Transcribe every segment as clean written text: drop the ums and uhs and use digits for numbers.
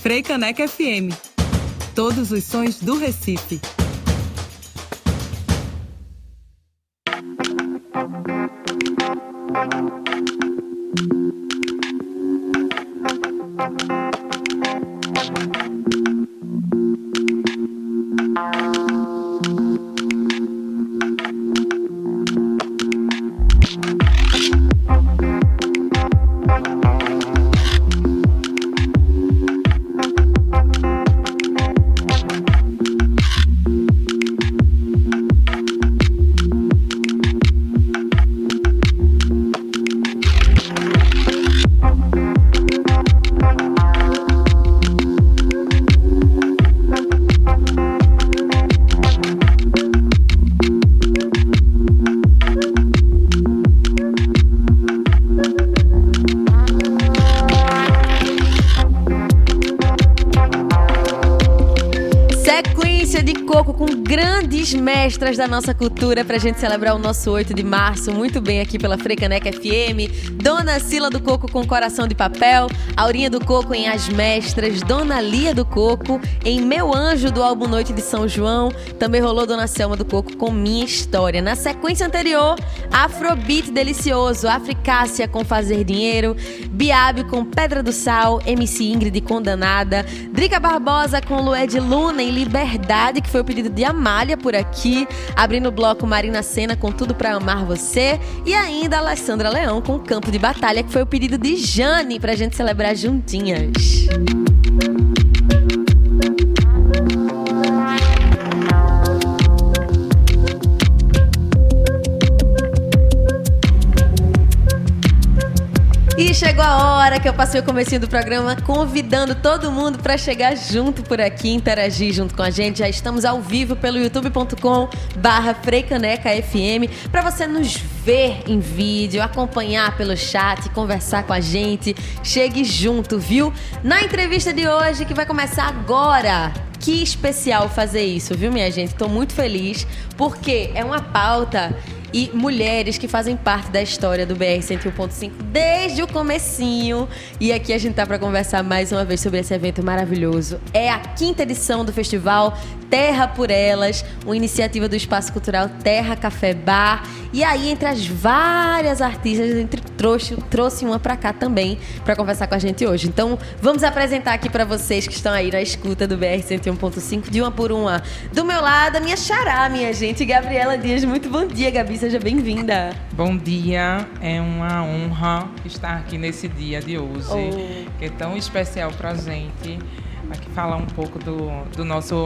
Freicaneca FM. Todos os sons do Recife. Mestras da nossa cultura pra gente celebrar o nosso 8 de março, muito bem aqui pela Freicaneca FM. Dona Cila do Coco com Coração de Papel, Aurinha do Coco em As Mestras, Dona Lia do Coco em Meu Anjo do álbum Noite de São João, também rolou Dona Selma do Coco com Minha História. Na sequência anterior, Afrobeat Delicioso, Africácia com Fazer Dinheiro, Biabe com Pedra do Sal, MC Ingrid com Danada, Drica Barbosa com Lué de Luna em Liberdade, que foi o pedido de Amália por aqui, abrindo o bloco Marina Sena com Tudo Pra Amar Você, e ainda Alessandra Leão com Campo de Batalha, que foi o pedido de Jane pra gente celebrar juntinhas. E chegou a hora que eu passei o comecinho do programa convidando todo mundo para chegar junto por aqui, interagir junto com a gente. Já estamos ao vivo pelo youtube.com/FreicanecafM para você nos ver em vídeo, acompanhar pelo chat, conversar com a gente. Chegue junto, viu? Na entrevista de hoje, que vai começar agora. Que especial fazer isso, viu, minha gente? Tô muito feliz porque é uma pauta e mulheres que fazem parte da história do BR 101.5 desde o comecinho. E aqui a gente tá para conversar mais uma vez sobre esse evento maravilhoso. É a 5ª edição do festival Terra por Elas, uma iniciativa do Espaço Cultural Terra Café Bar. E aí, entre as várias artistas, trouxe uma para cá também para conversar com a gente hoje. Então, vamos apresentar aqui para vocês que estão aí na escuta do BR 101.5, de uma por uma. Do meu lado, a minha xará, minha gente, Gabriela Dias. Muito bom dia, Gabi. Seja bem-vinda. Bom dia, é uma honra estar aqui nesse dia de hoje, que é tão especial pra gente. Aqui falar um pouco do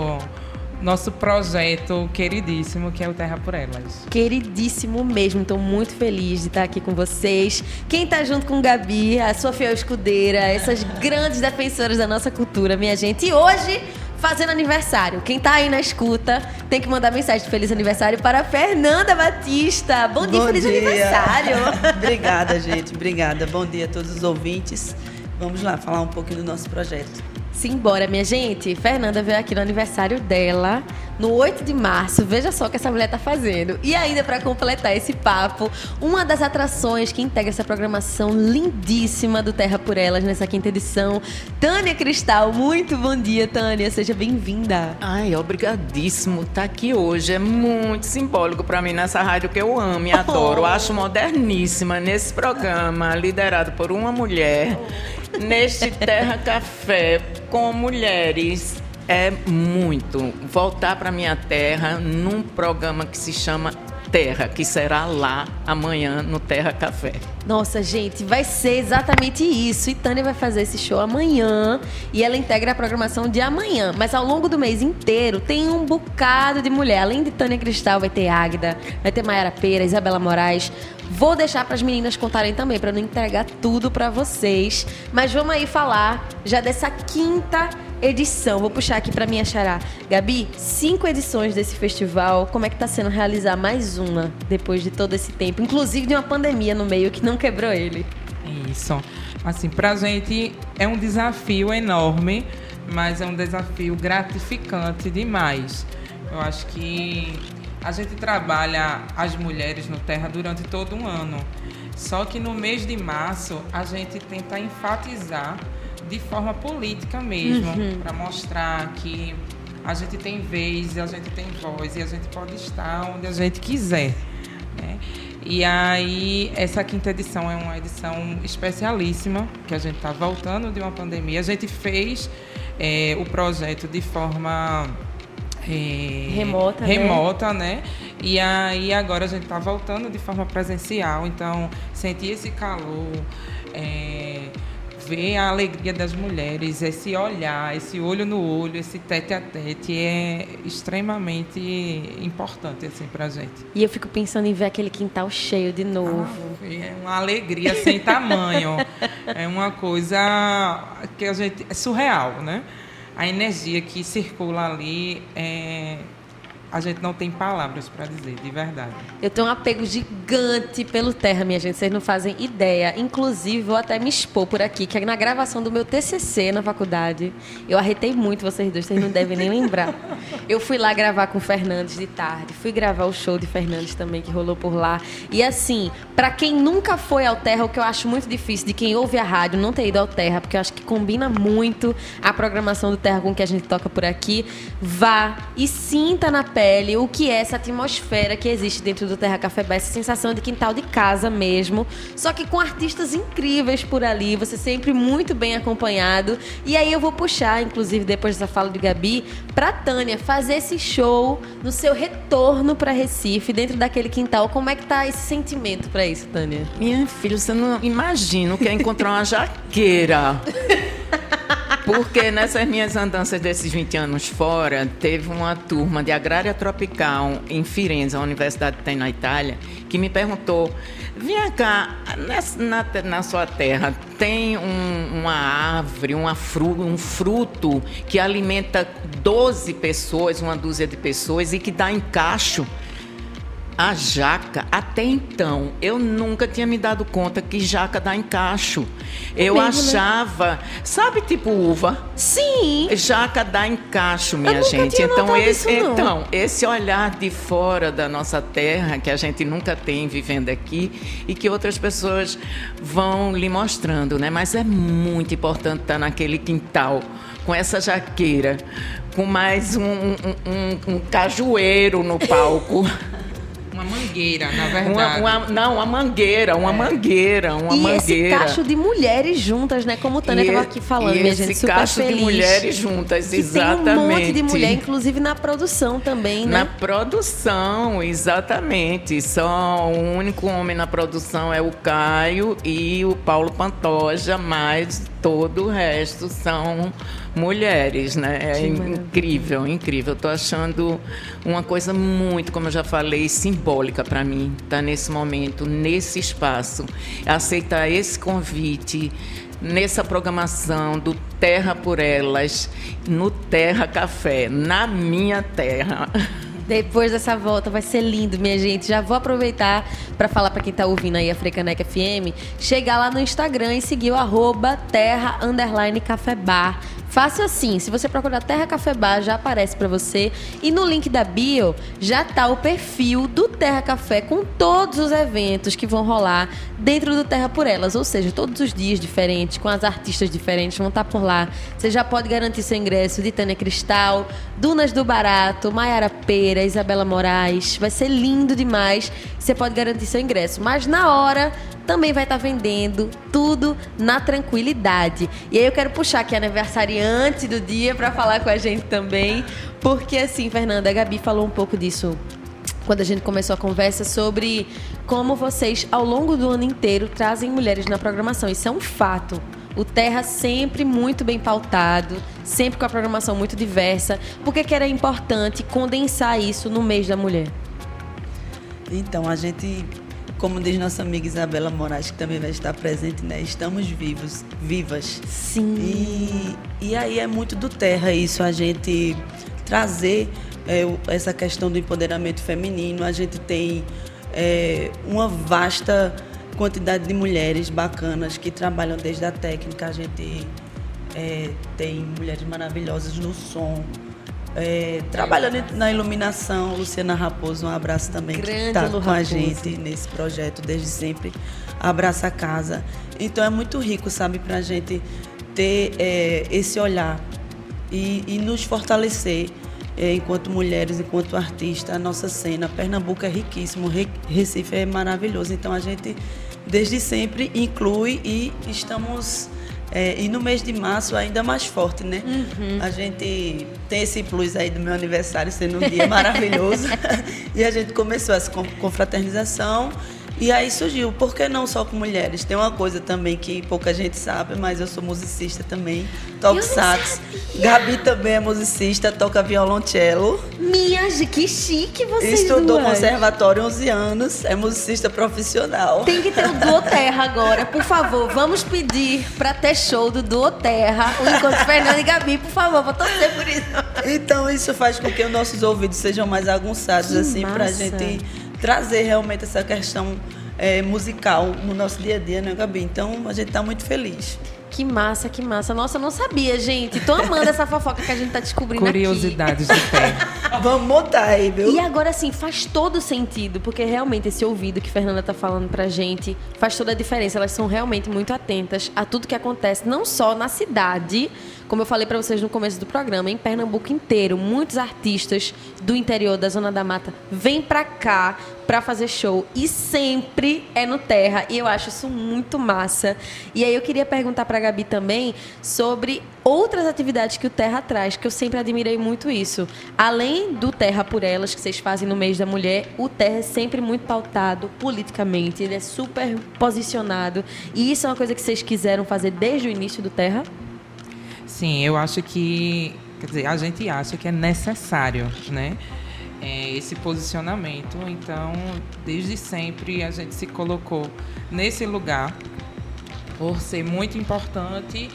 nosso projeto queridíssimo, que é o Terra por Elas. Queridíssimo mesmo, estou muito feliz de estar aqui com vocês. Quem está junto com Gabi, a sua fiel escudeira, essas grandes defensoras da nossa cultura, minha gente. E hoje, fazendo aniversário. Quem tá aí na escuta tem que mandar mensagem de feliz aniversário para a Fernanda Batista. Bom dia, feliz aniversário. Obrigada, gente. Obrigada. Bom dia a todos os ouvintes. Vamos lá falar um pouquinho do nosso projeto. Simbora, minha gente. Fernanda veio aqui no aniversário dela, no 8 de março. Veja só o que essa mulher tá fazendo. E ainda, para completar esse papo, uma das atrações que integra essa programação lindíssima do Terra por Elas, nessa 5ª edição, Tânia Cristal. Muito bom dia, Tânia. Seja bem-vinda. Ai, obrigadíssimo estar aqui hoje. É muito simbólico para mim nessa rádio que eu amo e adoro. Acho moderníssima nesse programa, liderado por uma mulher. Neste Terra Café com mulheres, é muito voltar para minha terra num programa que se chama Terra, que será lá amanhã no Terra Café. Nossa, gente, vai ser exatamente isso. E Tânia vai fazer esse show amanhã e ela integra a programação de amanhã. Mas ao longo do mês inteiro tem um bocado de mulher. Além de Tânia Cristal, vai ter Águida, vai ter Mayara Pera, Isabela Moraes. Vou deixar para as meninas contarem também, para não entregar tudo para vocês. Mas vamos aí falar já dessa 5ª edição. Vou puxar aqui para minha xará. Gabi, 5 edições desse festival. Como é que tá sendo realizar mais uma depois de todo esse tempo? Inclusive de uma pandemia no meio que não quebrou ele. Isso. Assim, pra gente é um desafio enorme, mas é um desafio gratificante demais. Eu acho que a gente trabalha as mulheres no Terra durante todo um ano. Só que no mês de março a gente tenta enfatizar de forma política mesmo, para mostrar que a gente tem vez, a gente tem voz e a gente pode estar onde a gente quiser, né? E aí, essa 5ª edição é uma edição especialíssima, que a gente está voltando de uma pandemia. A gente fez o projeto de forma remota, né? E aí, agora a gente está voltando de forma presencial. Então, sentir esse calor, ver a alegria das mulheres, esse olhar, esse olho no olho, esse tete-a-tete é extremamente importante assim, pra gente. E eu fico pensando em ver aquele quintal cheio de novo. É uma alegria sem tamanho. É uma coisa que a gente... É surreal, né? A energia que circula ali a gente não tem palavras para dizer, de verdade. Eu tenho um apego gigante pelo Terra, minha gente. Vocês não fazem ideia. Inclusive, vou até me expor por aqui, que na gravação do meu TCC na faculdade, eu arretei muito vocês dois, vocês não devem nem lembrar. Eu fui lá gravar com o Fernandes de tarde, fui gravar o show de Fernandes também, que rolou por lá. E assim, para quem nunca foi ao Terra, o que eu acho muito difícil de quem ouve a rádio não ter ido ao Terra, porque eu acho que combina muito a programação do Terra com o que a gente toca por aqui, vá e sinta na pele o que é essa atmosfera que existe dentro do Terra Café Bar, essa sensação de quintal de casa mesmo, só que com artistas incríveis por ali, você sempre muito bem acompanhado. E aí eu vou puxar, inclusive depois dessa fala de Gabi, pra Tânia fazer esse show no seu retorno pra Recife, dentro daquele quintal. Como é que tá esse sentimento pra isso, Tânia? Minha filha, você não imagina o que é encontrar uma jaqueira. Porque nessas minhas andanças desses 20 anos fora, teve uma turma de Agrária Tropical em Firenze, a universidade que tem na Itália, que me perguntou: vem cá, na sua terra tem uma árvore, um fruto que alimenta 12 pessoas, uma dúzia de pessoas e que dá em cacho? A jaca, até então, eu nunca tinha me dado conta que jaca dá em cacho. Eu achava, sabe, tipo uva? Sim. Jaca dá em cacho, minha gente. Então, esse olhar de fora da nossa terra, que a gente nunca tem vivendo aqui, e que outras pessoas vão lhe mostrando, né? Mas é muito importante estar naquele quintal, com essa jaqueira, com mais um cajueiro no palco. Uma mangueira, na verdade. Uma mangueira. Esse cacho de mulheres juntas, né? Como o Tânia estava aqui falando, minha gente, super cacho feliz. De mulheres juntas, que exatamente. Tem um monte de mulher, inclusive na produção também, né? Na produção, exatamente. Só o único homem na produção é o Caio e o Paulo Pantoja, mas todo o resto são mulheres, né? É incrível, incrível. Estou achando uma coisa muito, como eu já falei, simbólica para mim, estar nesse momento, nesse espaço, aceitar esse convite, nessa programação do Terra por Elas, no Terra Café, na minha terra. Depois dessa volta vai ser lindo, minha gente. Já vou aproveitar para falar para quem tá ouvindo aí a Frecaneca FM, chegar lá no Instagram e seguir o @terra_café-bar. Fácil assim, se você procurar Terra Café Bar, já aparece para você. E no link da bio já tá o perfil do Terra Café com todos os eventos que vão rolar dentro do Terra por Elas. Ou seja, todos os dias diferentes, com as artistas diferentes, vão estar por lá. Você já pode garantir seu ingresso de Tânia Cristal, Dunas do Barato, Maiara Pera, Isabela Moraes. Vai ser lindo demais. Você pode garantir seu ingresso. Mas na hora também vai estar vendendo tudo na tranquilidade. E aí eu quero puxar aqui a aniversariante do dia para falar com a gente também, porque assim, Fernanda, a Gabi falou um pouco disso quando a gente começou a conversa, sobre como vocês, ao longo do ano inteiro, trazem mulheres na programação. Isso é um fato. O Terra sempre muito bem pautado, sempre com a programação muito diversa. Por que era importante condensar isso no mês da mulher? Então, a gente, como diz nossa amiga Isabela Moraes, que também vai estar presente, né? Estamos vivas. Sim. E aí é muito do Terra isso, a gente trazer essa questão do empoderamento feminino. A gente tem uma vasta quantidade de mulheres bacanas que trabalham desde a técnica. A gente tem mulheres maravilhosas no som, trabalhando na iluminação. Luciana Raposo, um abraço também, grande, que está com Raposo. a gente nesse projeto desde sempre. Abraça a casa. Então é muito rico, sabe, para a gente ter esse olhar e nos fortalecer enquanto mulheres, enquanto artistas. A nossa cena, Pernambuco é riquíssimo, Recife é maravilhoso. Então a gente desde sempre inclui e estamos e no mês de março ainda mais forte, né? A gente tem esse plus aí do meu aniversário sendo um dia maravilhoso e a gente começou essa confraternização. E aí surgiu, por que não só com mulheres? Tem uma coisa também que pouca gente sabe, mas eu sou musicista também, toco sax. Gabi também é musicista, toca violoncelo. Que chique vocês Estudou duas. conservatório 11 anos, é musicista profissional. Tem que ter o Duo Terra agora, por favor. Vamos pedir pra ter show do Duo Terra, o encontro Fernanda e Gabi, por favor, vou torcer por isso. Então isso faz com que os nossos ouvidos sejam mais aguçados, Que assim, pra massa. gente trazer realmente essa questão musical no nosso dia a dia, né, Gabi? Então a gente tá muito feliz. Que massa, que massa. Nossa, eu não sabia, gente. Tô amando essa fofoca que a gente tá descobrindo Curiosidades de terra. Vamos montar aí, viu? E agora, assim, faz todo sentido, porque realmente esse ouvido que Fernanda tá falando pra gente faz toda a diferença. Elas são realmente muito atentas a tudo que acontece, não só na cidade, como eu falei pra vocês no começo do programa, em Pernambuco inteiro. Muitos artistas do interior, da Zona da Mata, vêm pra cá pra fazer show. E sempre é no Terra. E eu acho isso muito massa. E aí eu queria perguntar pra Gabi também sobre outras atividades que o Terra traz, que eu sempre admirei muito isso. Além do Terra por Elas, que vocês fazem no mês da mulher, o Terra é sempre muito pautado politicamente, ele é super posicionado. E isso é uma coisa que vocês quiseram fazer desde o início do Terra? Sim, eu acho que... Quer dizer, a gente acha que é necessário, né? Esse posicionamento. Então, desde sempre, a gente se colocou nesse lugar por ser muito importante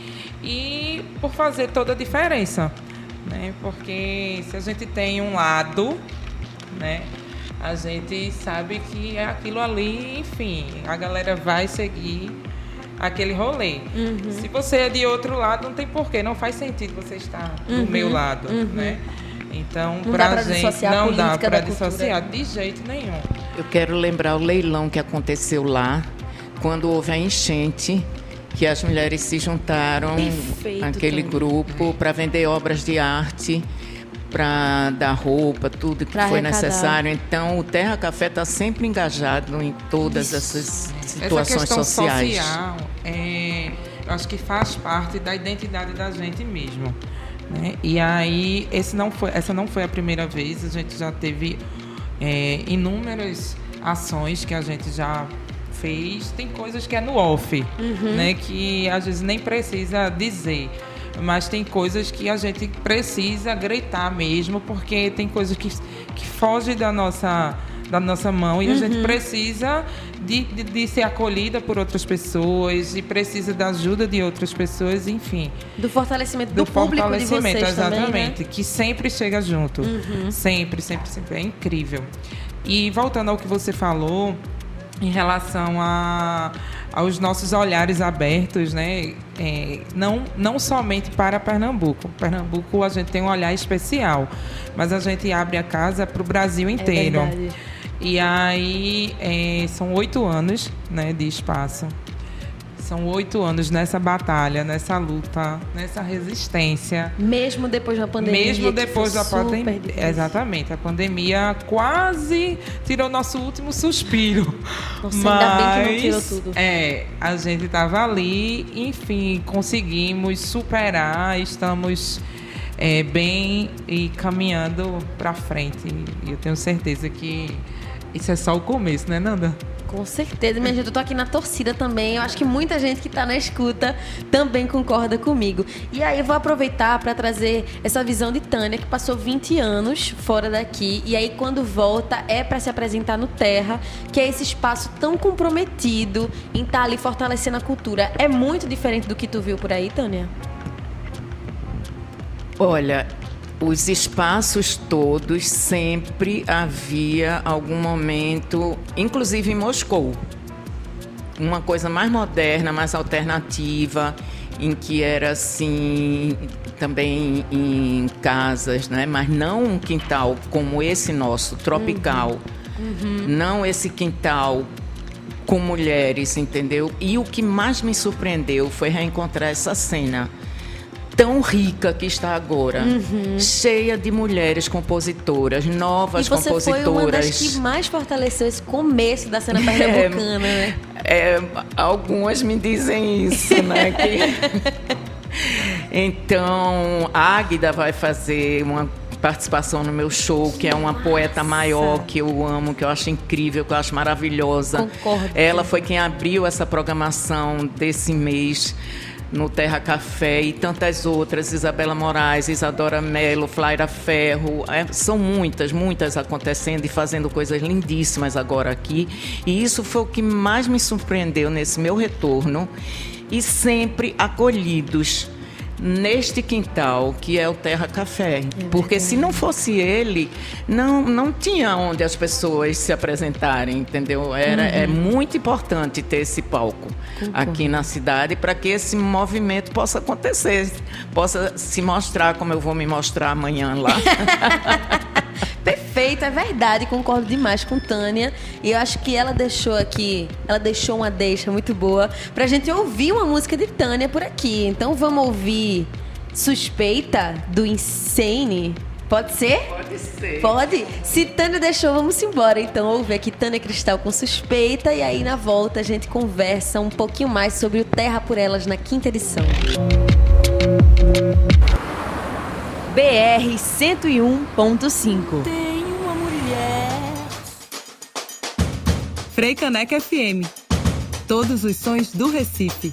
e por fazer toda a diferença, né? Porque se a gente tem um lado, né, a gente sabe que é aquilo ali, enfim, a galera vai seguir aquele rolê. Se você é de outro lado, não tem porquê, não faz sentido você estar do meu lado, né? Então, Não dá pra gente, dissociar a não dá política para da cultura. dissociar de jeito nenhum. Eu quero lembrar o leilão que aconteceu lá, quando houve a enchente, que as mulheres se juntaram, Perfeito, aquele Tânia. grupo, para vender obras de arte, para dar roupa, tudo que Pra foi arrecadar. necessário. Então, o Terra Café está sempre engajado em todas essas situações Essa questão sociais. social, eu acho que faz parte da identidade da gente mesmo, né? E aí, essa não foi a primeira vez, a gente já teve inúmeras ações que a gente já fez. Tem coisas que é no off, né? Que às vezes nem precisa dizer. Mas tem coisas que a gente precisa gritar mesmo, porque tem coisas que fogem da nossa mão e a gente precisa de ser acolhida por outras pessoas e precisa da ajuda de outras pessoas, enfim. Do fortalecimento do público de vocês exatamente, também, né? que sempre chega junto. Sempre. É incrível. E voltando ao que você falou, em relação aos nossos olhares abertos, né? Não somente para Pernambuco. Pernambuco a gente tem um olhar especial, mas a gente abre a casa para o Brasil inteiro. verdade. E aí são 8 anos, né, de espaço. São 8 anos nessa batalha, nessa luta, nessa resistência. Mesmo depois da pandemia. Mesmo que depois foi da pandemia. super difícil. Exatamente. A pandemia quase tirou nosso último suspiro. Nossa, ainda bem que não tirou tudo. A gente estava ali, enfim, conseguimos superar, estamos bem e caminhando para frente. E eu tenho certeza que isso é só o começo, né, Nanda? Com certeza, minha gente, eu tô aqui na torcida também. Eu acho que muita gente que tá na escuta também concorda comigo. E aí eu vou aproveitar para trazer essa visão de Tânia, que passou 20 anos fora daqui. E aí quando volta é para se apresentar no Terra, que é esse espaço tão comprometido em estar ali fortalecendo a cultura. É muito diferente do que tu viu por aí, Tânia? Olha, os espaços todos sempre havia algum momento, inclusive em Moscou, uma coisa mais moderna, mais alternativa, em que era assim, também em casas, né? Mas não um quintal como esse nosso, tropical. Não esse quintal com mulheres, entendeu? E o que mais me surpreendeu foi reencontrar essa cena tão rica que está agora, cheia de mulheres compositoras, novas compositoras. E você foi uma das que mais fortaleceu esse começo da cena pernambucana, né? Algumas me dizem isso, né? Então, a Águida vai fazer uma participação no meu show, que é uma poeta maior que eu amo, que eu acho incrível, que eu acho maravilhosa. Concordo. Ela foi quem abriu essa programação desse mês no Terra Café e tantas outras, Isabela Moraes, Isadora Mello, Flaira Ferro, são muitas acontecendo e fazendo coisas lindíssimas agora aqui, e isso foi o que mais me surpreendeu nesse meu retorno, e sempre acolhidos neste quintal que é o Terra Café, porque se não fosse ele, não tinha onde as pessoas se apresentarem, entendeu? É muito importante ter esse palco aqui na cidade para que esse movimento possa acontecer, possa se mostrar como eu vou me mostrar amanhã lá. Perfeito, é verdade, concordo demais com Tânia. E eu acho que ela deixou uma deixa muito boa pra gente ouvir uma música de Tânia por aqui. Então vamos ouvir Suspeita, do Insane. Pode ser? Pode ser. Pode? Se Tânia deixou, vamos embora. Então ouvir aqui Tânia Cristal com Suspeita. E aí na volta a gente conversa um pouquinho mais sobre o Terra por Elas na 5ª edição. BR 101.5. Tem uma mulher. Frei Caneca FM. Todos os sons do Recife.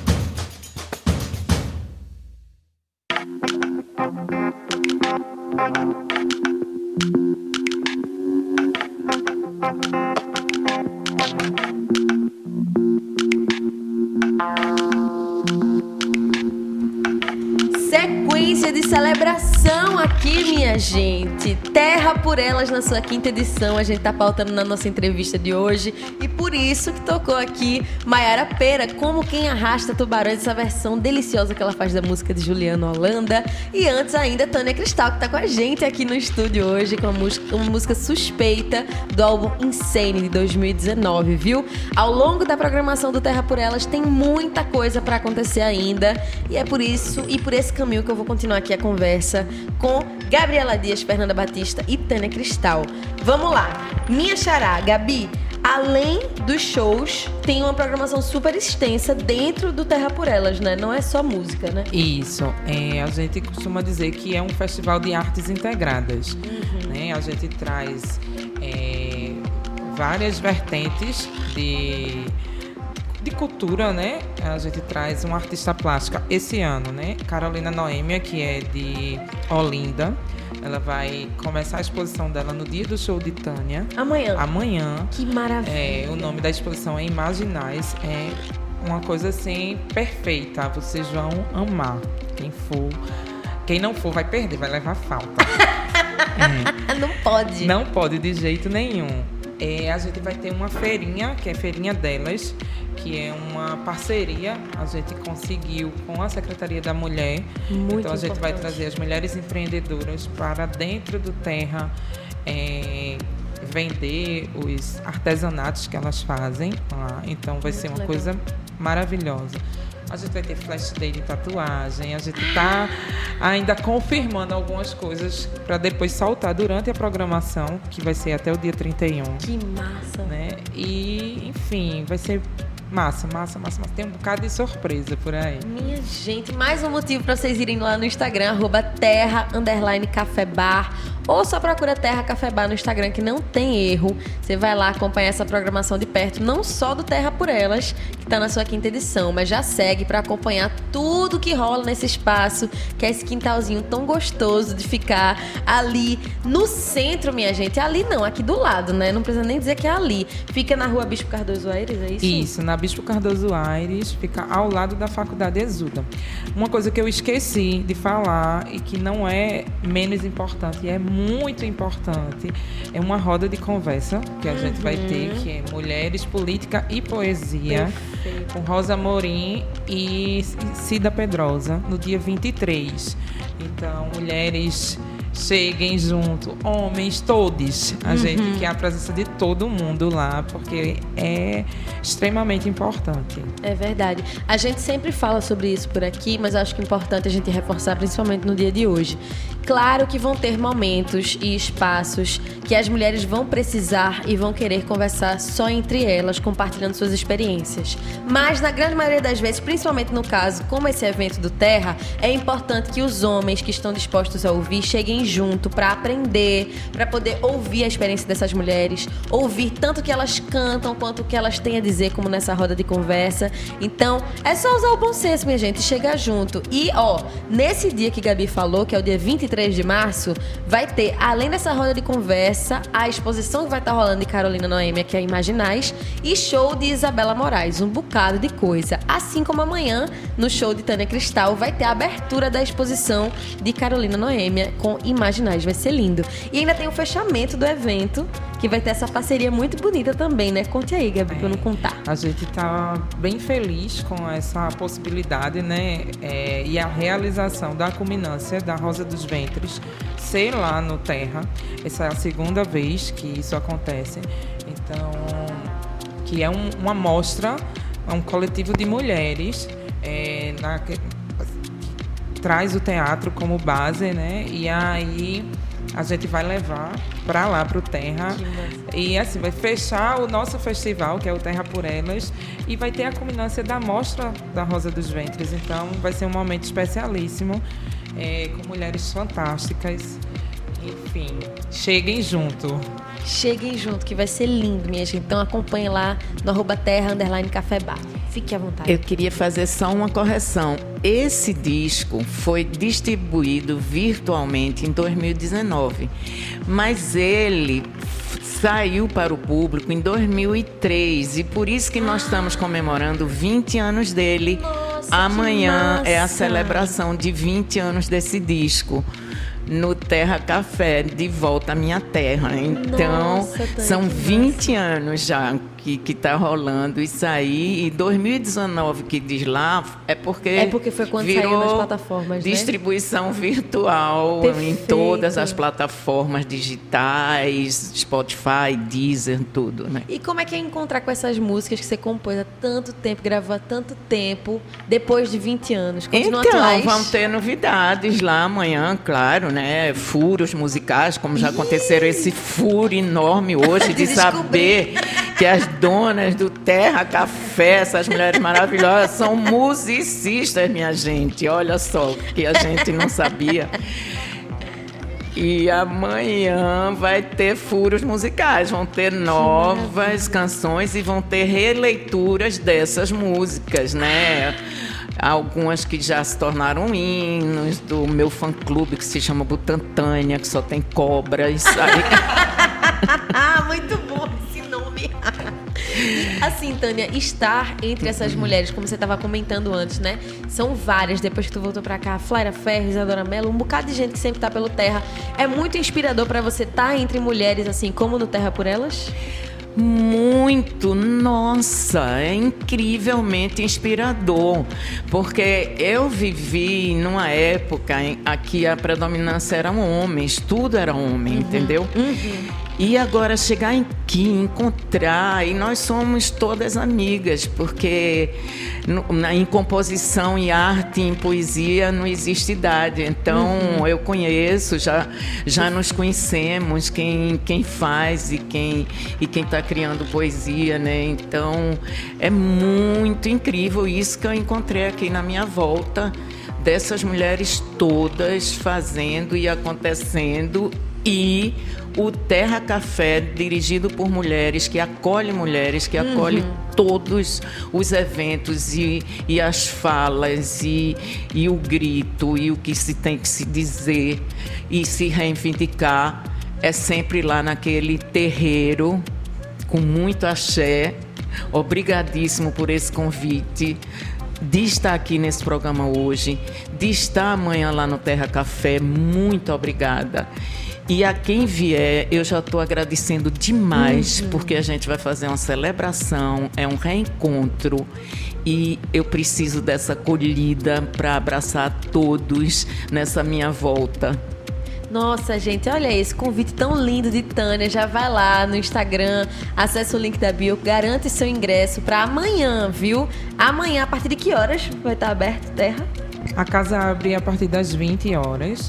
Sequência de celebração aqui, minha gente. Terra por Elas na sua 5ª edição. A gente tá pautando na nossa entrevista de hoje. E por isso que tocou aqui Maiara Pera, Como Quem Arrasta Tubarões, essa versão deliciosa que ela faz da música de Juliano Holanda. E antes ainda, Tânia Cristal, que tá com a gente aqui no estúdio hoje com uma música Suspeita do álbum Insane de 2019, viu? Ao longo da programação do Terra por Elas tem muita coisa pra acontecer ainda. E é por isso e por esse caminho que eu vou continuar aqui a conversa com Gabriela Dias, Fernanda Batista e Tânia Cristal. Vamos lá. Minha xará, Gabi, além dos shows, tem uma programação super extensa dentro do Terra por Elas, né? Não é só música, né? Isso. A gente costuma dizer que é um festival de artes integradas. Né? A gente traz várias vertentes de cultura, né? A gente traz uma artista plástica esse ano, né? Carolina Noêmia, que é de Olinda. Ela vai começar a exposição dela no dia do show de Tânia. Amanhã. Que maravilha. O nome da exposição é Imaginais. É uma coisa assim perfeita. Vocês vão amar. Quem não for vai perder, vai levar falta. Não pode. Não pode de jeito nenhum. A gente vai ter uma feirinha, que é a Feirinha Delas, que é uma parceria, a gente conseguiu com a Secretaria da Mulher. Muito então a gente vai importante. trazer as mulheres empreendedoras para dentro do Terra, vender os artesanatos que elas fazem lá. Então vai ser uma coisa maravilhosa. A gente vai ter flash day de tatuagem, a gente está ainda confirmando algumas coisas para depois soltar durante a programação, que vai ser até o dia 31. Que massa. Né? E, enfim, vai ser massa. Tem um bocado de surpresa por aí. Minha gente, mais um motivo para vocês irem lá no Instagram, @terra_café_bar, ou só procura Terra Café Bar no Instagram, que não tem erro. Você vai lá acompanhar essa programação de perto, não só do Terra por Elas, que tá na sua 5ª edição, mas já segue para acompanhar tudo que rola nesse espaço, que é esse quintalzinho tão gostoso de ficar ali no centro, minha gente. Ali não, aqui do lado, né? Não precisa nem dizer que é ali. Fica na Rua Bispo Cardoso Aires, é isso? Isso, na Bispo Cardoso Aires, fica ao lado da Faculdade Exuda. Uma coisa que eu esqueci de falar e que não é menos importante, é muito importante, é uma roda de conversa que a gente vai ter, que é Mulheres, Política e Poesia, com Rosa Morim e Cida Pedrosa, no dia 23. Então, mulheres cheguem junto, homens, todos. A gente quer a presença de todo mundo lá, porque é extremamente importante. É verdade. A gente sempre fala sobre isso por aqui, mas eu acho que é importante a gente reforçar, principalmente no dia de hoje. Claro que vão ter momentos e espaços que as mulheres vão precisar e vão querer conversar só entre elas, compartilhando suas experiências. Mas, na grande maioria das vezes, principalmente no caso como esse evento do Terra, é importante que os homens que estão dispostos a ouvir cheguem junto para aprender, para poder ouvir a experiência dessas mulheres, ouvir tanto o que elas cantam quanto o que elas têm a dizer, como nessa roda de conversa. Então, é só usar o bom senso, minha gente, chegar junto. E, nesse dia que Gabi falou, que é o dia 23 de março, vai ter, além dessa roda de conversa, a exposição que vai estar rolando de Carolina Noêmia, que é Imaginais, e show de Isabela Moraes, um bocado de coisa. Assim como amanhã, no show de Tânia Cristal, vai ter a abertura da exposição de Carolina Noêmia com Imaginais. Vai ser lindo. E ainda tem o fechamento do evento, que vai ter essa parceria muito bonita também, né? Conte aí, Gabi, pra eu não contar. A gente tá bem feliz com essa possibilidade, né? E a realização da culminância da Rosa dos Ventres ser lá no Terra. Essa é a segunda vez que isso acontece. Então, que é uma mostra, um coletivo de mulheres que traz o teatro como base, né? E aí a gente vai levar para lá, para o Terra. E assim, vai fechar o nosso festival, que é o Terra por Elas, e vai ter a culminância da mostra da Rosa dos Ventres. Então, vai ser um momento especialíssimo, com mulheres fantásticas. Enfim, cheguem junto. Cheguem junto, que vai ser lindo, minha gente. Então acompanhe lá no @terra_café-bar. Fique à vontade. Eu queria fazer só uma correção. Esse disco foi distribuído virtualmente em 2019, mas ele saiu para o público em 2003 e por isso que nós estamos comemorando 20 anos dele. Nossa, amanhã é a celebração de 20 anos desse disco. No Terra Café, de volta à minha terra. Então, nossa, são 20 anos já que tá rolando isso aí. E 2019, que diz lá, é porque foi quando saiu nas plataformas, distribuição virtual. Perfeito. Em todas as plataformas digitais, Spotify, Deezer, tudo, né? E como é que é encontrar com essas músicas que você compôs há tanto tempo, gravou há tanto tempo, depois de 20 anos? Continuam atuais? Vão ter novidades lá amanhã, claro, né? Furos musicais, como já aconteceram, esse furo enorme hoje de saber que as donas do Terra Café, essas mulheres maravilhosas, são musicistas, minha gente. Olha só, que a gente não sabia. E amanhã vai ter furos musicais, vão ter novas canções e vão ter releituras dessas músicas, né? Algumas que já se tornaram hinos do meu fã-clube, que se chama Butantânia, que só tem cobras. Muito bom esse nome. Assim, Tânia, estar entre essas mulheres, como você estava comentando antes, né? São várias, depois que tu voltou pra cá, Flaira Ferro, Isadora Mello, um bocado de gente que sempre tá pelo Terra. É muito inspirador pra você estar entre mulheres, assim, como no Terra por Elas? Muito, nossa, é incrivelmente inspirador, porque eu vivi numa época em que a predominância eram homens, tudo era homem, entendeu? E agora chegar aqui, encontrar, e nós somos todas amigas, porque em composição, em arte, em poesia, não existe idade. Então, eu conheço, já nos conhecemos, quem faz e quem está criando poesia, né? Então, é muito incrível isso que eu encontrei aqui na minha volta, dessas mulheres todas fazendo e acontecendo. E o Terra Café, dirigido por mulheres, que acolhe todos os eventos e as falas e o grito e o que se tem que se dizer e se reivindicar, é sempre lá naquele terreiro, com muito axé. Obrigadíssimo por esse convite, de estar aqui nesse programa hoje, de estar amanhã lá no Terra Café. Muito obrigada. E a quem vier, eu já estou agradecendo demais, porque a gente vai fazer uma celebração, é um reencontro, e eu preciso dessa acolhida para abraçar todos nessa minha volta. Nossa, gente, olha esse convite tão lindo de Tânia. Já vai lá no Instagram, acessa o link da bio, garante seu ingresso para amanhã, viu? Amanhã, a partir de que horas vai estar aberto, Terra? A casa abre a partir das 20 horas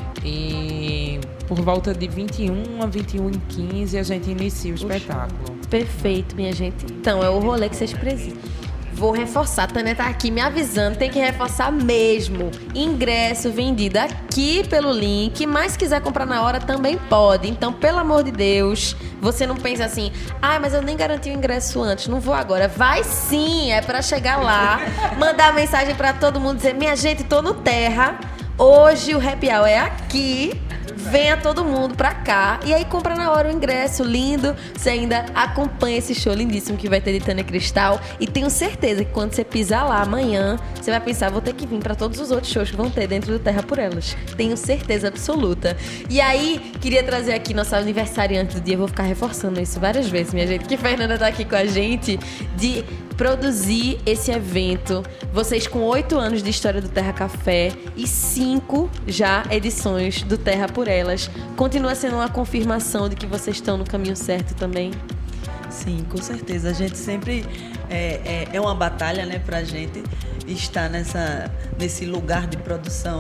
e por volta de 21 a 21h15 a gente inicia o espetáculo. Perfeito, minha gente. Então, é o rolê que vocês precisam. Vou reforçar, a Tânia tá aqui me avisando, tem que reforçar mesmo. Ingresso vendido aqui pelo link, mas se quiser comprar na hora também pode. Então, pelo amor de Deus, você não pensa assim, mas eu nem garanti o ingresso antes, não vou agora. Vai sim, é pra chegar lá, mandar mensagem pra todo mundo, dizer, minha gente, tô no Terra, hoje o happy hour é aqui. Venha todo mundo pra cá. E aí compra na hora o ingresso lindo. Você ainda acompanha esse show lindíssimo que vai ter de Tânia Cristal. E tenho certeza que quando você pisar lá amanhã, você vai pensar, vou ter que vir pra todos os outros shows que vão ter dentro do Terra por Elas. Tenho certeza absoluta. E aí, queria trazer aqui nossa aniversariante do dia. Vou ficar reforçando isso várias vezes, minha gente. Que Fernanda tá aqui com a gente. De produzir esse evento. Vocês com 8 anos de história do Terra Café e 5 já edições do Terra por Elas. Continua sendo uma confirmação de que vocês estão no caminho certo também? Sim, com certeza. A gente sempre é uma batalha, né, pra gente estar nesse lugar de produção.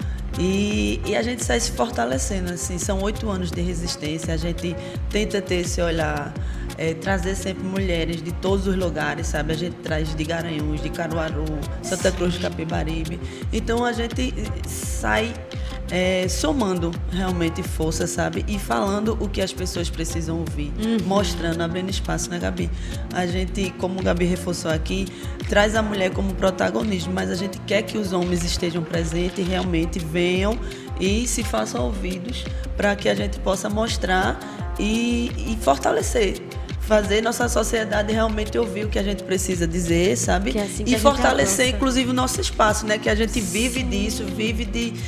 E a gente sai se fortalecendo, assim, são 8 anos de resistência, a gente tenta ter esse olhar, trazer sempre mulheres de todos os lugares, sabe? A gente traz de Garanhuns, de Caruaru, Santa Cruz de Capibaribe. Então a gente sai somando realmente força, sabe? E falando o que as pessoas precisam ouvir, mostrando, abrindo espaço, né, Gabi? A gente, como o Gabi reforçou aqui, traz a mulher como protagonismo, mas a gente quer que os homens estejam presentes e realmente venham e se façam ouvidos para que a gente possa mostrar e fortalecer. Fazer nossa sociedade realmente ouvir o que a gente precisa dizer, sabe? Que é assim que e fortalecer, inclusive, o nosso espaço, né? Que a gente vive disso, vive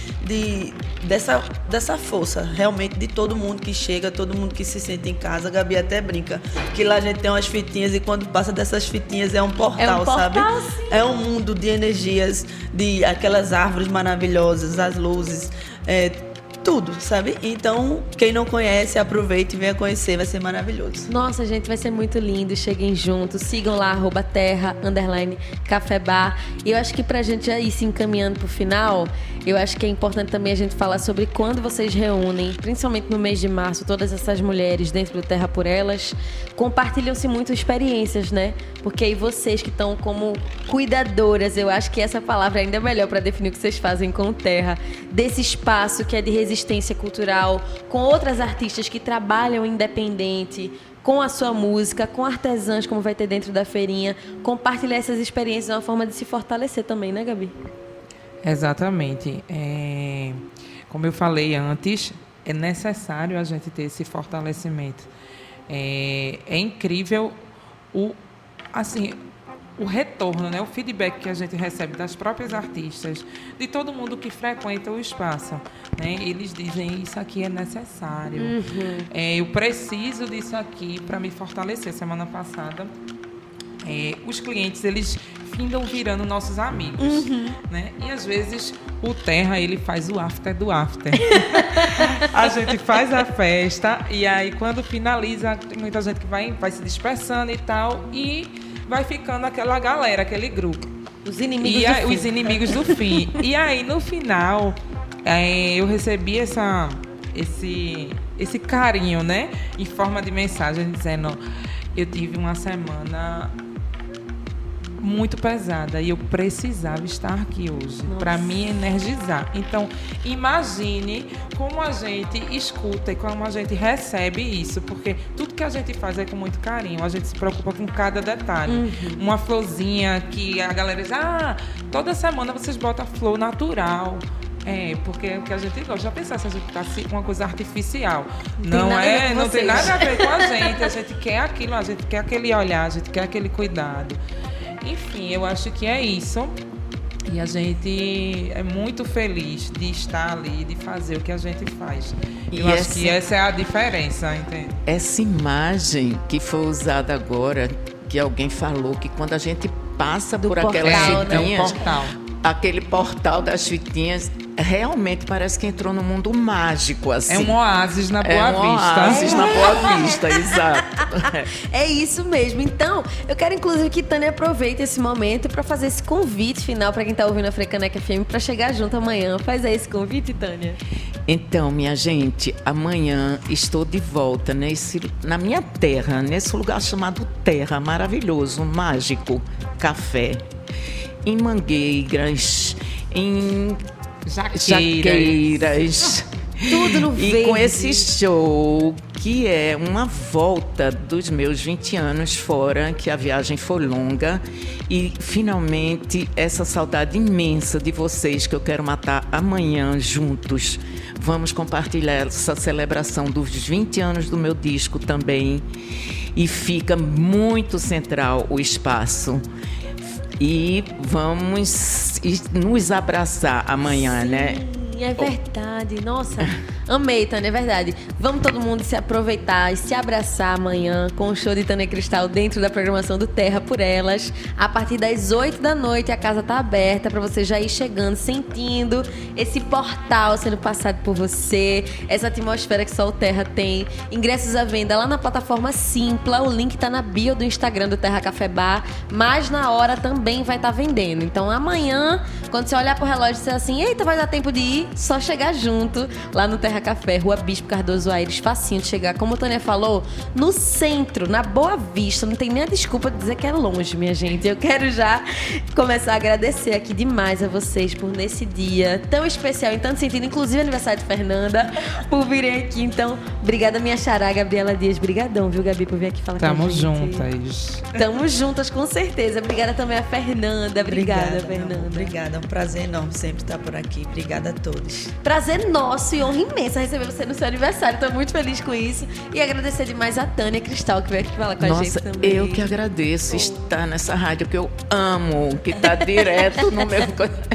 dessa força, realmente, de todo mundo que chega, todo mundo que se sente em casa. A Gabi até brinca que lá a gente tem umas fitinhas e quando passa dessas fitinhas é um portal, sabe? Sim. É um mundo de energias, de aquelas árvores maravilhosas, as luzes, tudo, sabe? Então, quem não conhece, aproveite e venha conhecer, vai ser maravilhoso. Nossa, gente, vai ser muito lindo. Cheguem juntos, sigam lá, @terra_café-bar. E eu acho que pra gente já ir se encaminhando pro final, eu acho que é importante também a gente falar sobre quando vocês reúnem, principalmente no mês de março, todas essas mulheres dentro do Terra por Elas, compartilham-se muito experiências, né? Porque aí vocês que estão como cuidadoras, eu acho que essa palavra é ainda melhor pra definir o que vocês fazem com o Terra, desse espaço que é de resistência cultural, com outras artistas que trabalham independente, com a sua música, com artesãs, como vai ter dentro da feirinha. Compartilhar essas experiências é uma forma de se fortalecer também, né, Gabi? Exatamente. Como eu falei antes, é necessário a gente ter esse fortalecimento. É incrível o retorno, né? O feedback que a gente recebe das próprias artistas, de todo mundo que frequenta o espaço, né? Eles dizem, isso aqui é necessário. Eu preciso disso aqui para me fortalecer. Semana passada, os clientes, eles findam virando nossos amigos, né? E às vezes o Terra, ele faz o after do after. A gente faz a festa e aí quando finaliza, tem muita gente que vai se dispersando e tal, e vai ficando aquela galera, aquele grupo. Os inimigos do fim. Os inimigos do fim. E aí, no final, eu recebi esse carinho, né? Em forma de mensagem, dizendo, eu tive uma semana muito pesada e eu precisava estar aqui hoje para me energizar. Então, imagine como a gente escuta e como a gente recebe isso, porque tudo que a gente faz é com muito carinho, a gente se preocupa com cada detalhe. Uma florzinha que a galera diz, toda semana vocês botam flor natural. Porque o que a gente gosta, já pensar se a gente tá uma coisa artificial. Não tem nada a ver com a gente quer aquilo, a gente quer aquele olhar, a gente quer aquele cuidado. Enfim, eu acho que é isso. E a gente é muito feliz de estar ali, de fazer o que a gente faz. Eu acho que essa é a diferença, entende? Essa imagem que foi usada agora, que alguém falou que quando a gente passa por aquelas fitinhas, aquele portal das fitinhas, realmente parece que entrou no mundo mágico, assim. É um oásis na Boa Vista. Oásis na Boa Vista, exato. É isso mesmo. Então, eu quero inclusive que Tânia aproveite esse momento para fazer esse convite final para quem tá ouvindo a Frecaneca FM para chegar junto amanhã. Faz aí esse convite, Tânia. Então, minha gente, amanhã estou de volta na minha terra, nesse lugar chamado Terra, maravilhoso, mágico, café, em Mangueiras, em Jaqueiras. Tudo no verde. E com esse show, que é uma volta dos meus 20 anos fora, que a viagem foi longa. E, finalmente, essa saudade imensa de vocês que eu quero matar amanhã juntos. Vamos compartilhar essa celebração dos 20 anos do meu disco também. E fica muito central o espaço. E vamos nos abraçar amanhã, né? É verdade. Nossa, amei, Tânia, é verdade. Vamos todo mundo se aproveitar e se abraçar amanhã com o show de Tânia Cristal dentro da programação do Terra por Elas. A partir das 8 da noite a casa tá aberta para você já ir chegando, sentindo esse portal sendo passado por você, essa atmosfera que só o Terra tem. Ingressos à venda lá na plataforma Simpla, o link tá na bio do Instagram do Terra Café Bar, mas na hora também vai estar vendendo. Então amanhã, quando você olhar pro relógio e dizer assim, eita, vai dar tempo de ir, só chegar junto lá no Terra Café, Rua Bispo Cardoso Aires, facinho de chegar, como a Tânia falou, no centro, na Boa Vista. Não tem nem a desculpa de dizer que é longe, minha gente. Eu quero já começar a agradecer aqui demais a vocês por nesse dia tão especial, em tanto sentido, inclusive aniversário de Fernanda, por virem aqui. Então, obrigada minha xará, Gabriela Dias. Brigadão, viu, Gabi, por vir aqui falar com a gente. Tamo juntas. Tamo juntas, com certeza. Obrigada também a Fernanda. Obrigada, Fernanda. Obrigada, é um prazer enorme sempre estar por aqui. Obrigada a todos. Prazer nosso e honra imensa receber você no seu aniversário. Tô muito feliz com isso. E agradecer demais a Tânia Cristal, que veio aqui falar com a gente também. Eu que agradeço estar nessa rádio que eu amo, que tá direto no meu...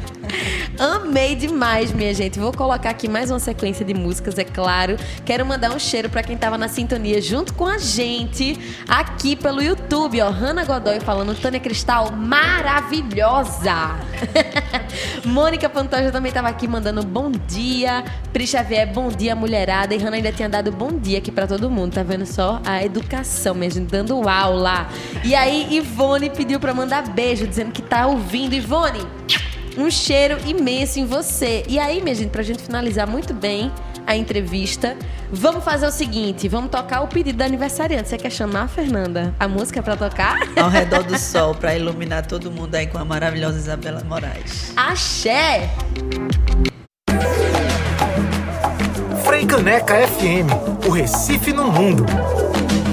Amei demais, minha gente. Vou colocar aqui mais uma sequência de músicas, é claro. Quero mandar um cheiro pra quem tava na sintonia junto com a gente aqui pelo YouTube, ó. Hanna Godoy falando, Tânia Cristal, maravilhosa. Mônica Pantoja também tava aqui mandando bom dia. Pri Xavier, bom dia, mulherada. E Hanna ainda tinha dado bom dia aqui pra todo mundo. Tá vendo só a educação, minha gente, dando aula. E aí, Ivone pediu pra mandar beijo, dizendo que tá ouvindo. Ivone, um cheiro imenso em você. E aí, minha gente, pra gente finalizar muito bem a entrevista, vamos fazer o seguinte, vamos tocar o pedido da aniversariante. Você quer chamar, Fernanda, a música pra tocar? Ao Redor do Sol, pra iluminar todo mundo aí com a maravilhosa Isabela Moraes. Axé! Frecaneca FM, o Recife no mundo.